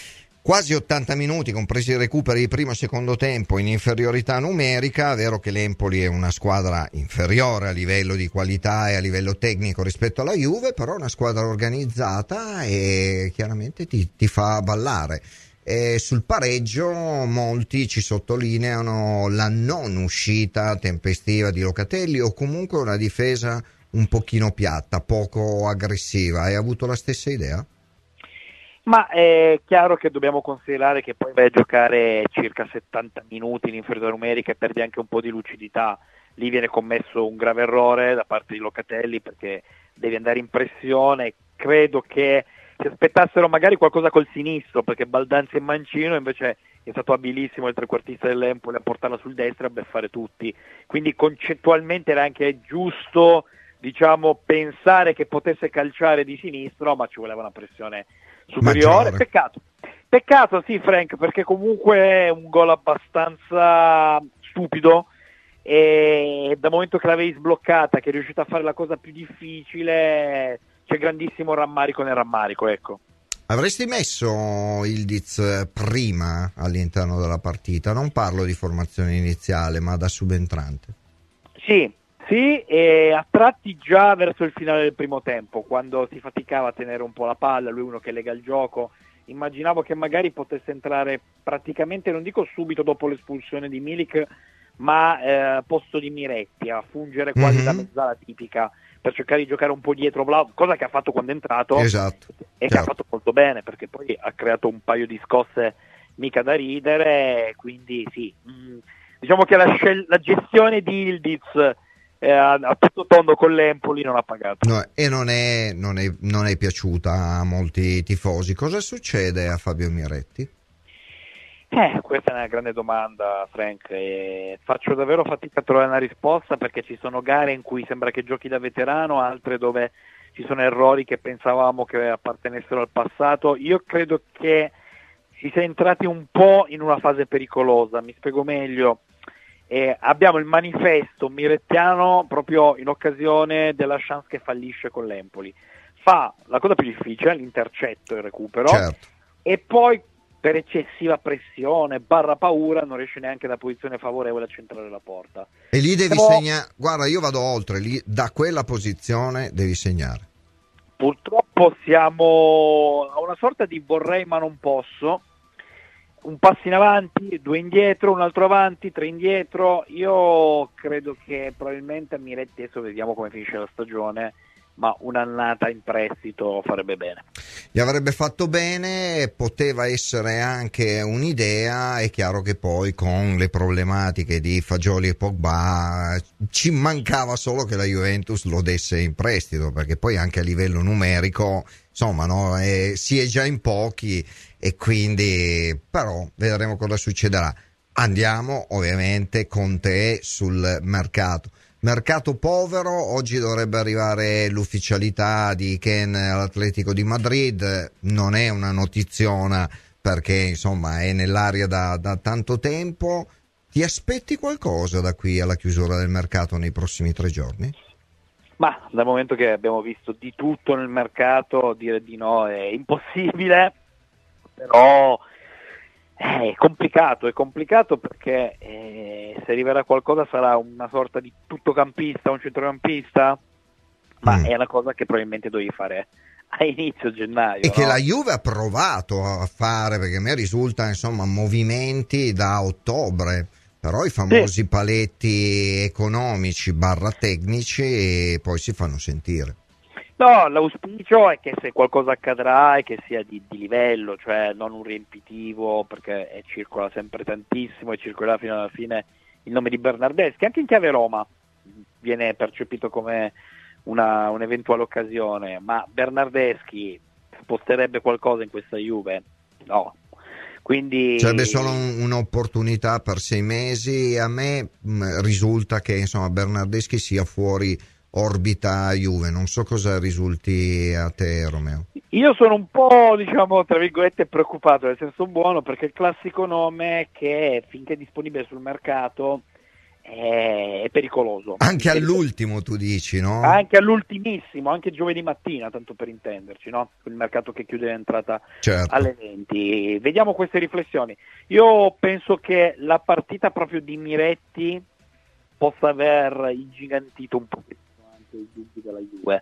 quasi ottanta minuti, compresi i recuperi di primo e secondo tempo, in inferiorità numerica. È vero che l'Empoli è una squadra inferiore a livello di qualità e a livello tecnico rispetto alla Juve, però è una squadra organizzata e chiaramente ti, ti fa ballare. E sul pareggio molti ci sottolineano la non uscita tempestiva di Locatelli o comunque una difesa un pochino piatta, poco aggressiva. Hai avuto la stessa idea? Ma è chiaro che dobbiamo considerare che poi vai a giocare circa settanta minuti in inferiorità numerica e perdi anche un po' di lucidità. Lì viene commesso un grave errore da parte di Locatelli perché devi andare in pressione. Credo che si aspettassero magari qualcosa col sinistro, perché Baldanzi e Mancino invece è stato abilissimo il trequartista dell'Empoli a portarla sul destro e a beffare tutti. Quindi concettualmente era anche giusto, diciamo, pensare che potesse calciare di sinistro, ma ci voleva una pressione superiore. Maggiore. Peccato. Peccato, sì, Frank, perché comunque è un gol abbastanza stupido e dal momento che l'avevi sbloccata, che è riuscita a fare la cosa più difficile, c'è grandissimo rammarico nel rammarico, ecco. Avresti messo Ildiz prima all'interno della partita? Non parlo di formazione iniziale, ma da subentrante. Sì, sì, e a tratti già verso il finale del primo tempo, quando si faticava a tenere un po' la palla, lui uno che lega il gioco, immaginavo che magari potesse entrare praticamente, non dico subito dopo l'espulsione di Milik, ma eh, a posto di Miretti, a fungere quasi mm-hmm. da mezzala tipica, per cercare di giocare un po' dietro Vlahovic, cosa che ha fatto quando è entrato, esatto. e che certo. ha fatto molto bene, perché poi ha creato un paio di scosse mica da ridere, quindi sì, mm, diciamo che la, scel- la gestione di Ildiz eh, a, a tutto tondo con l'Empoli non ha pagato. No, e non è, non, è, non è piaciuta a molti tifosi. Cosa succede a Fabio Miretti? Eh, questa è una grande domanda, Frank, e faccio davvero fatica a trovare una risposta, perché ci sono gare in cui sembra che giochi da veterano, altre dove ci sono errori che pensavamo che appartenessero al passato. Io credo che si sia entrati un po' in una fase pericolosa, mi spiego meglio. Eh, abbiamo il manifesto mirettiano proprio in occasione della chance che fallisce con l'Empoli. Fa la cosa più difficile, l'intercetto e il recupero, certo. e poi per eccessiva pressione barra paura non riesce neanche da posizione favorevole a centrare la porta. E lì devi Però, segnare, guarda, io vado oltre, lì da quella posizione devi segnare. Purtroppo siamo a una sorta di vorrei ma non posso, un passo in avanti, due indietro, un altro avanti, tre indietro. Io credo che probabilmente a Miretti, adesso vediamo come finisce la stagione, ma un'annata in prestito farebbe bene. Gli avrebbe fatto bene, poteva essere anche un'idea. È chiaro che poi con le problematiche di Fagioli e Pogba ci mancava solo che la Juventus lo desse in prestito, perché poi anche a livello numerico insomma no, eh, si è già in pochi, e quindi però vedremo cosa succederà. Andiamo ovviamente con te sul mercato. Mercato povero, oggi dovrebbe arrivare l'ufficialità di Ken all'Atletico di Madrid, non è una notiziona perché insomma è nell'aria da, da tanto tempo. Ti aspetti qualcosa da qui alla chiusura del mercato nei prossimi tre giorni? Ma dal momento che abbiamo visto di tutto nel mercato, dire di no è impossibile, però è complicato, è complicato perché eh, se arriverà qualcosa sarà una sorta di tuttocampista, un centrocampista, ma mm. è una cosa che probabilmente dovevi fare a inizio gennaio. E no? che la Juve ha provato a fare, perché a me risulta insomma movimenti da ottobre, però i famosi sì. paletti economici barra tecnici e poi si fanno sentire. No, l'auspicio è che se qualcosa accadrà è che sia di, di livello, cioè non un riempitivo, perché è, circola sempre tantissimo e circolerà fino alla fine il nome di Bernardeschi, anche in chiave Roma viene percepito come una, un'eventuale occasione, ma Bernardeschi sposterebbe qualcosa in questa Juve? No. Quindi sarebbe solo un, un'opportunità per sei mesi. A me mh, risulta che insomma Bernardeschi sia fuori orbita Juve, non so cosa risulti a te, Romeo. Io sono un po', diciamo, tra virgolette preoccupato, nel senso buono, perché il classico nome che finché è disponibile sul mercato è, è pericoloso. Anche all'ultimo tu dici, no? Anche all'ultimissimo, anche giovedì mattina, tanto per intenderci, no? Il mercato che chiude l'entrata certo. alle venti. Vediamo queste riflessioni. Io penso che la partita proprio di Miretti possa aver ingigantito un po' i dubbi della Juve,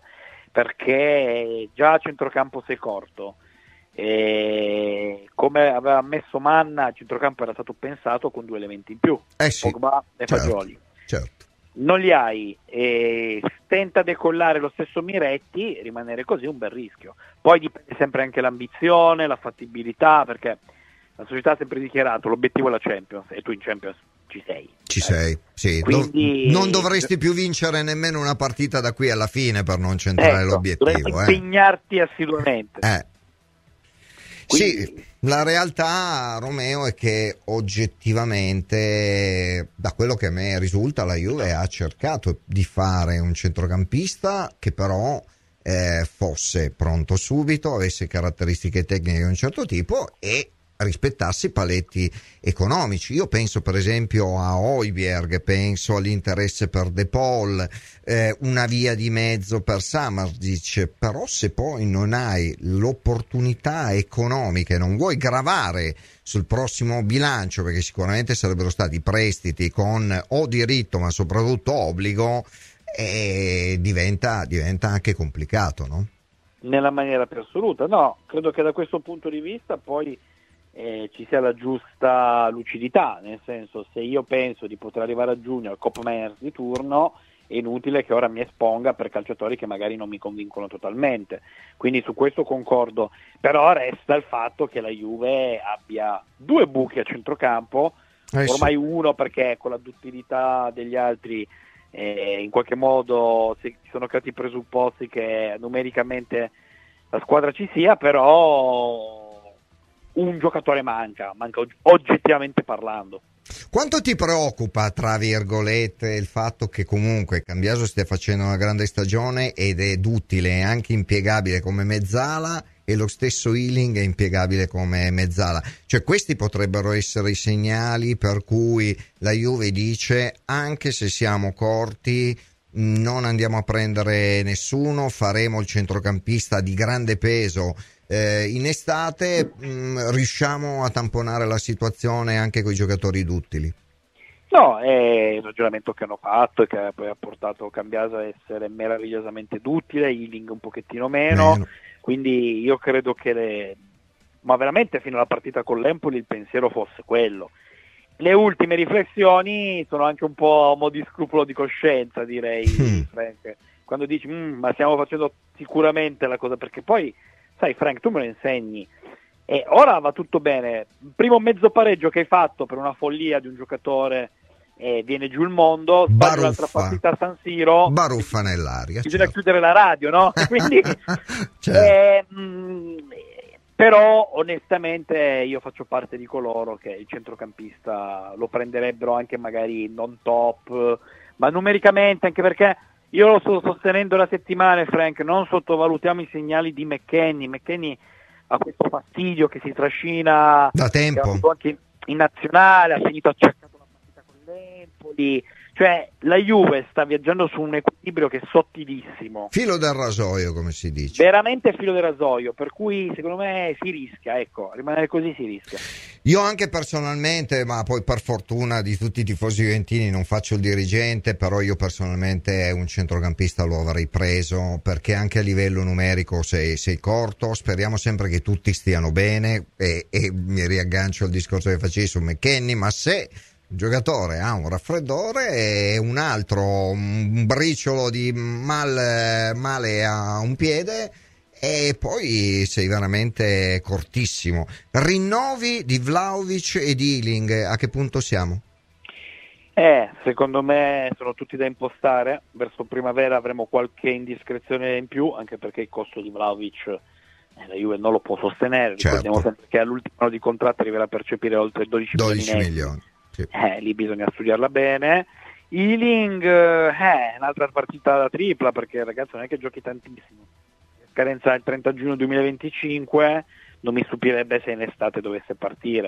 perché già a centrocampo si è corto, e come aveva ammesso Manna, il centrocampo era stato pensato con due elementi in più, eh sì, Pogba e certo, Fagioli. Certo. Non li hai, e tenta a decollare lo stesso Miretti, rimanere così è un bel rischio. Poi dipende sempre anche l'ambizione, la fattibilità, perché la società ha sempre dichiarato l'obiettivo è la Champions e tu in Champions ci sei. Ci sei, sì. Quindi non dovresti più vincere nemmeno una partita da qui alla fine per non centrare ecco, l'obiettivo. Dovresti eh. impegnarti assiduamente. Eh. Quindi... Sì, la realtà, Romeo, è che oggettivamente, da quello che a me risulta, la Juve ha cercato di fare un centrocampista che però eh, fosse pronto subito, avesse caratteristiche tecniche di un certo tipo e rispettasse i paletti economici. Io penso per esempio a Højbjerg, penso all'interesse per De Paul, eh, una via di mezzo per Samardžić, però se poi non hai l'opportunità economica e non vuoi gravare sul prossimo bilancio, perché sicuramente sarebbero stati prestiti con o diritto ma soprattutto obbligo, eh, diventa, diventa anche complicato, no? Nella maniera più assoluta, no, credo che da questo punto di vista poi Eh, ci sia la giusta lucidità, nel senso, se io penso di poter arrivare a giugno al Coppa Miners di turno è inutile che ora mi esponga per calciatori che magari non mi convincono totalmente, quindi su questo concordo, però resta il fatto che la Juve abbia due buchi a centrocampo, eh, ormai sì. Uno perché con la duttilità degli altri eh, in qualche modo si sono creati i presupposti che numericamente la squadra ci sia, però un giocatore manca, manca oggettivamente parlando. Quanto ti preoccupa, tra virgolette, il fatto che comunque Cambiaso stia facendo una grande stagione ed è duttile e anche impiegabile come mezzala, e lo stesso Ealing è impiegabile come mezzala? Cioè questi potrebbero essere i segnali per cui la Juve dice anche se siamo corti non andiamo a prendere nessuno, faremo il centrocampista di grande peso eh, in estate mh, riusciamo a tamponare la situazione anche con i giocatori duttili? No, è il ragionamento che hanno fatto e che poi ha portato Cambiaso a essere meravigliosamente duttile, Ealing un pochettino meno, meno. Quindi io credo che le... ma veramente fino alla partita con l'Empoli il pensiero fosse quello. Le ultime riflessioni sono anche un po' a mo' di scrupolo di coscienza, direi, mm. Frank, quando dici ma stiamo facendo sicuramente la cosa, perché poi sai Frank, tu me lo insegni e ora va tutto bene, il primo mezzo pareggio che hai fatto per una follia di un giocatore e viene giù il mondo, sbaglia un'altra partita a San Siro, baruffa nell'aria, bisogna certo. chiudere la radio, no? Quindi certo. eh, mh, però onestamente io faccio parte di coloro che il centrocampista lo prenderebbero anche magari non top, ma numericamente, anche perché io lo sto sostenendo da settimane, Frank, non sottovalutiamo i segnali di McKennie. McKennie ha questo fastidio che si trascina da tempo anche in nazionale, ha finito accercato una partita con l'Empoli, cioè la Juve sta viaggiando su un equilibrio che è sottilissimo, filo del rasoio come si dice, veramente filo del rasoio, per cui secondo me si rischia, ecco, rimanere così si rischia. Io anche personalmente, ma poi per fortuna di tutti i tifosi juventini non faccio il dirigente, però io personalmente un centrocampista lo avrei preso, perché anche a livello numerico sei, sei corto, speriamo sempre che tutti stiano bene e, e mi riaggancio al discorso che facevi su McKennie, ma se un giocatore ha un raffreddore e un altro un briciolo di mal, male a un piede e poi sei veramente cortissimo. Rinnovi di Vlahovic e di Ealing, a che punto siamo? Eh, secondo me sono tutti da impostare, verso primavera avremo qualche indiscrezione in più, anche perché il costo di Vlahovic eh, la Juve non lo può sostenere, certo. Ricordiamo sempre che all'ultimo anno di contratto arriverà a percepire oltre dodici, dodici milioni. Sì. Eh, lì bisogna studiarla bene. Ealing eh, è un'altra partita da tripla, perché il ragazzo non è che giochi tantissimo, scadenza il trenta giugno duemilaventicinque, non mi stupirebbe se in estate dovesse partire,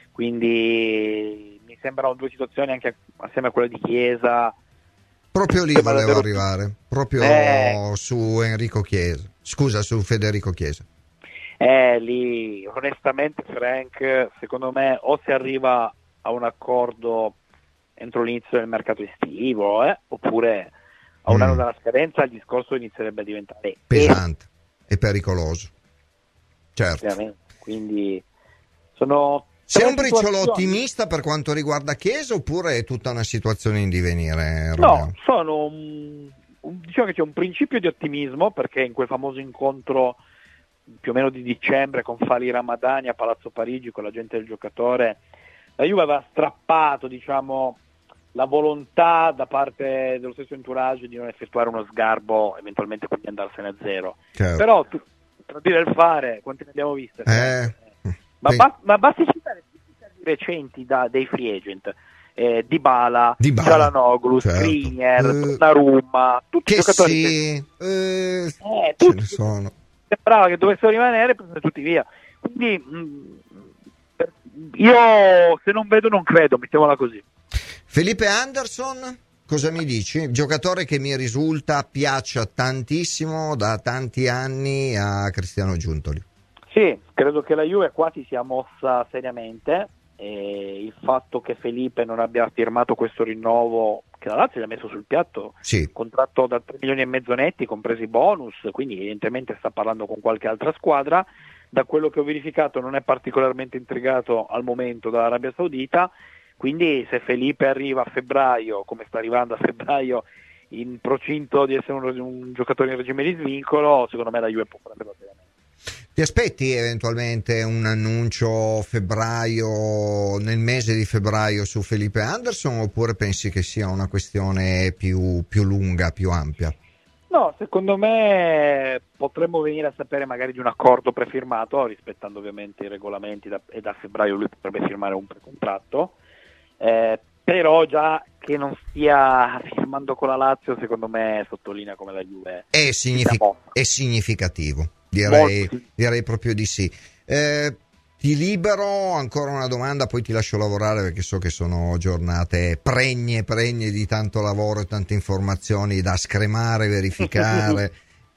quindi mi sembrano due situazioni anche assieme a quella di Chiesa. Proprio lì volevo davvero... arrivare proprio eh... su Enrico Chiesa, scusa su Federico Chiesa. Eh, lì onestamente Frank, secondo me o si arriva a un accordo entro l'inizio del mercato estivo, eh, oppure a un mm. anno dalla scadenza il discorso inizierebbe a diventare pesante e pericoloso. Certo. Ovviamente. Quindi sono sei un briciolo ottimista per quanto riguarda Chiesa oppure è tutta una situazione in divenire? No, Romeo? sono un, un, diciamo che c'è un principio di ottimismo, perché in quel famoso incontro più o meno di dicembre con Fali Ramadani a Palazzo Parigi con la gente del giocatore, la Juve aveva strappato, diciamo, la volontà da parte dello stesso entourage di non effettuare uno sgarbo, eventualmente quindi andarsene a zero. Certo. Però tu, tra dire il fare, quanti ne abbiamo viste? Eh. Ma, ba- ma basti citare tutti i casi recenti da, dei free agent, eh, Dybala, Çalhanoğlu, certo. Skriniar, eh, Donnarumma, tutti i giocatori sì, che eh, eh, tutti, ce ne sono. Sembrava che dovessero rimanere, prendere tutti via. Quindi mh, io se non vedo non credo, mettiamola così. Felipe Anderson, cosa mi dici? Giocatore che mi risulta piaccia tantissimo da tanti anni a Cristiano Giuntoli. Sì, credo che la Juve qua si sia mossa seriamente, e il fatto che Felipe non abbia firmato questo rinnovo che la Lazio gli ha messo sul piatto, sì. Contratto da tre milioni e mezzo netti compresi bonus, quindi evidentemente sta parlando con qualche altra squadra. Da quello che ho verificato non è particolarmente intrigato al momento dall'Arabia Saudita, quindi se Felipe arriva a febbraio, come sta arrivando a febbraio, in procinto di essere un, un giocatore in regime di svincolo, secondo me la Juve può prenderlo seriamente. Ti aspetti eventualmente un annuncio febbraio, nel mese di febbraio, su Felipe Anderson, oppure pensi che sia una questione più, più lunga, più ampia? No, secondo me potremmo venire a sapere magari di un accordo prefirmato, rispettando ovviamente i regolamenti, da, e da febbraio lui potrebbe firmare un precontratto, eh, però già che non stia firmando con la Lazio, secondo me sottolinea come la Juve è, signific- è significativo, direi, direi proprio di sì. Eh, ti libero, ancora una domanda, poi ti lascio lavorare perché so che sono giornate pregne, pregne di tanto lavoro e tante informazioni da scremare, verificare.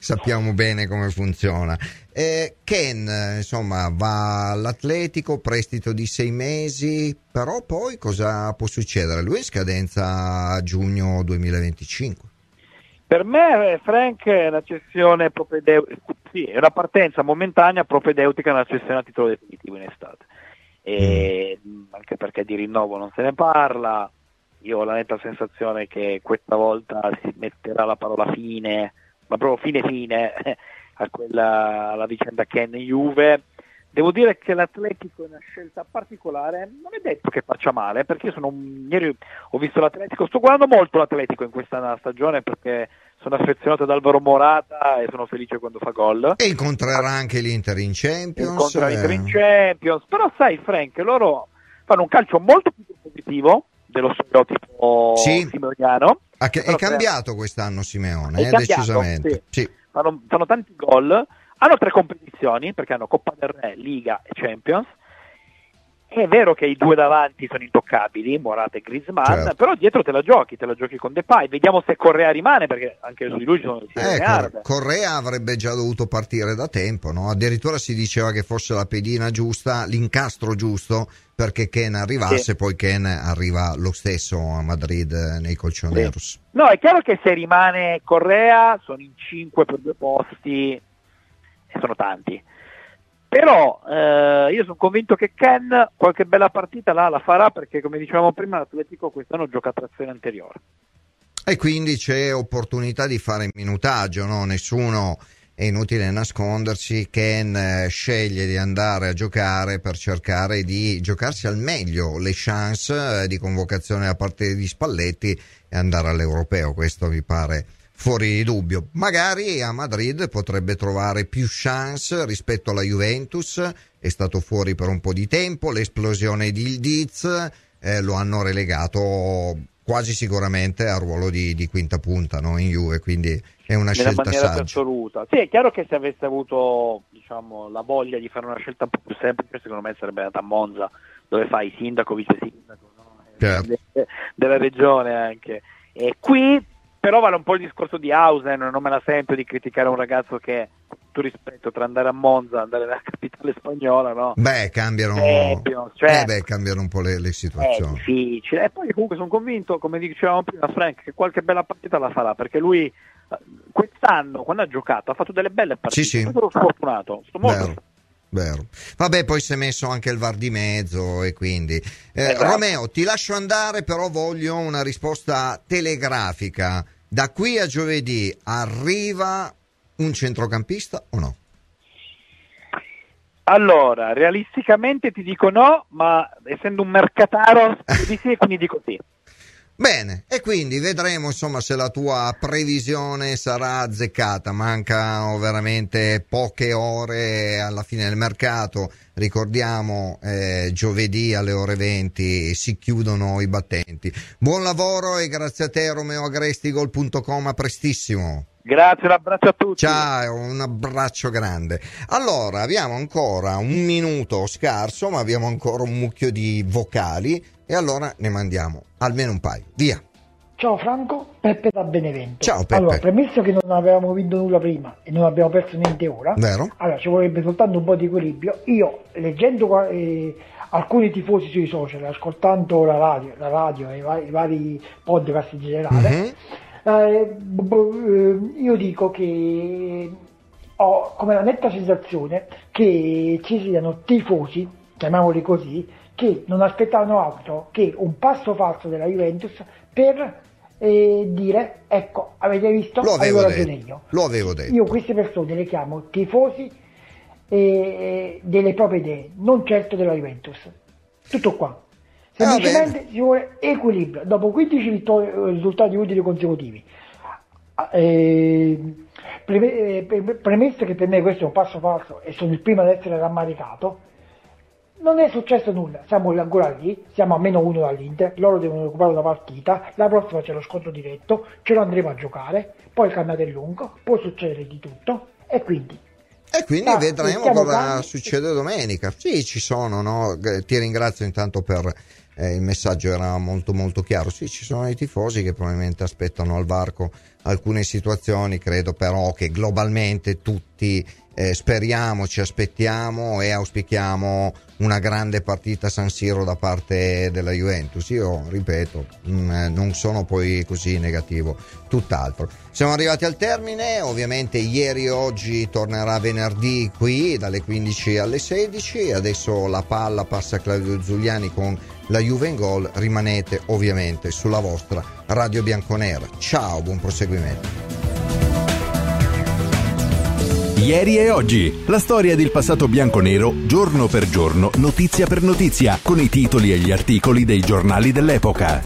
sappiamo bene come funziona. Eh, Ken, insomma, va all'Atletico, prestito di sei mesi, però poi cosa può succedere? Lui è in scadenza a giugno duemilaventicinque. Per me, Frank, è una cessione propedeutica, sì, è una partenza momentanea propedeutica, una cessione a titolo definitivo in estate. E mm. anche perché di rinnovo non se ne parla. Io ho la netta sensazione che questa volta si metterà la parola fine, ma proprio fine fine, a quella, alla vicenda Ken Juve. Devo dire che l'Atletico è una scelta particolare, non è detto che faccia male, perché io sono un, ieri ho visto l'Atletico, sto guardando molto l'Atletico in questa stagione perché sono affezionato ad Alvaro Morata e sono felice quando fa gol. E incontrerà anche l'Inter in Champions. Incontrerà l'Inter in Champions, però sai Frank, loro fanno un calcio molto più positivo dello stereotipo sì. simeoniano. Ah, che, è cambiato crea... quest'anno Simeone, è eh, cambiato, decisamente. Sì. Sì. Fanno, fanno tanti gol. Hanno tre competizioni, perché hanno Coppa del Re, Liga e Champions. È vero che i due davanti sono intoccabili, Morata e Griezmann, certo. Però dietro te la giochi, te la giochi con Depay. Vediamo se Correa rimane, perché anche su di lui ci sono le eh, Correa avrebbe già dovuto partire da tempo, no? Addirittura si diceva che fosse la pedina giusta, l'incastro giusto perché Ken arrivasse, sì. Poi Ken arriva lo stesso a Madrid nei Colchoneros. Sì. No, è chiaro che se rimane Correa sono in cinque per due posti e sono tanti. Però eh, io sono convinto che Ken qualche bella partita là la farà, perché come dicevamo prima l'Atletico quest'anno gioca a trazione anteriore. E quindi c'è opportunità di fare minutaggio, no? Nessuno, è inutile nascondersi, Ken eh, sceglie di andare a giocare per cercare di giocarsi al meglio le chance eh, di convocazione da parte di Spalletti e andare all'Europeo, questo mi pare fuori di dubbio. Magari a Madrid potrebbe trovare più chance rispetto alla Juventus, è stato fuori per un po' di tempo, l'esplosione di Ildiz eh, lo hanno relegato quasi sicuramente al ruolo di, di quinta punta, no? In Juve, quindi è una nella scelta saggia. Assoluta. Sì, è chiaro che se avesse avuto, diciamo, la voglia di fare una scelta un po' più semplice, secondo me sarebbe andata a Monza, dove fai sindaco, vice sindaco, no? Certo. De- della regione anche. E qui però vale un po' il discorso di Hausen, non me la sento di criticare un ragazzo che, con tutto rispetto, tra andare a Monza e andare nella capitale spagnola, no? Beh, cambiano, Champions, cioè, eh beh, cambiano un po' le, le situazioni. È difficile. E poi comunque sono convinto, come dicevamo prima Frank, che qualche bella partita la farà, perché lui quest'anno, quando ha giocato, ha fatto delle belle partite. Sì, sì. Sono sfortunato, sto molto Vero. Vero. Vabbè, poi si è messo anche il V A R di mezzo e quindi eh, esatto. Romeo, ti lascio andare, però voglio una risposta telegrafica. Da qui a giovedì arriva un centrocampista o no? Allora, realisticamente ti dico no, ma essendo un mercataro di sì, quindi dico sì. Bene, e quindi vedremo insomma se la tua previsione sarà azzeccata. Mancano veramente poche ore alla fine del mercato, ricordiamo eh, giovedì alle ore venti si chiudono i battenti. Buon lavoro e grazie a te Romeo Agresti, gol punto com, a prestissimo. Grazie, un abbraccio a tutti. Ciao, un abbraccio grande. Allora, abbiamo ancora un minuto scarso, ma abbiamo ancora un mucchio di vocali e allora ne mandiamo almeno un paio. Via. Ciao Franco, Peppe da Benevento. Ciao Peppe. Allora, premesso che non avevamo vinto nulla prima e non abbiamo perso niente ora, vero? Allora ci vorrebbe soltanto un po' di equilibrio. Io, leggendo eh, alcuni tifosi sui social, ascoltando la radio, la radio e i vari, i vari podcast in generale, mm-hmm. eh, io dico che ho come la netta sensazione che ci siano tifosi, chiamiamoli così, che non aspettavano altro che un passo falso della Juventus per eh, dire ecco, avete visto? Lo avevo avevo detto. ragione io. Lo avevo detto. Io queste persone le chiamo tifosi eh, delle proprie idee, non certo della Juventus. Tutto qua. Semplicemente eh, si vuole equilibrio. Dopo quindici vittorie, risultati utili consecutivi, eh, pre- premesso che per me questo è un passo falso e sono il primo ad essere rammaricato, non è successo nulla, siamo ancora lì, siamo a meno uno dall'Inter, loro devono recuperare una partita, la prossima c'è lo scontro diretto, ce lo andremo a giocare, poi il campionato è lungo, può succedere di tutto e quindi... E quindi ah, vedremo cosa calmi. Succede domenica. Sì, ci sono, no? Ti ringrazio intanto per eh, il messaggio era molto molto chiaro. Sì, ci sono i tifosi che probabilmente aspettano al varco alcune situazioni, credo però che globalmente tutti eh, speriamo, ci aspettiamo e auspichiamo una grande partita a San Siro da parte della Juventus. Io ripeto, mh, non sono poi così negativo, tutt'altro. Siamo arrivati al termine, ovviamente ieri e oggi tornerà venerdì qui dalle quindici alle sedici, adesso la palla passa a Claudio Zuliani con la Juve in Gol. Rimanete ovviamente sulla vostra Radio Bianconera. Ciao, buon proseguimento. Ieri e oggi, la storia del passato bianconero, giorno per giorno, notizia per notizia, con i titoli e gli articoli dei giornali dell'epoca.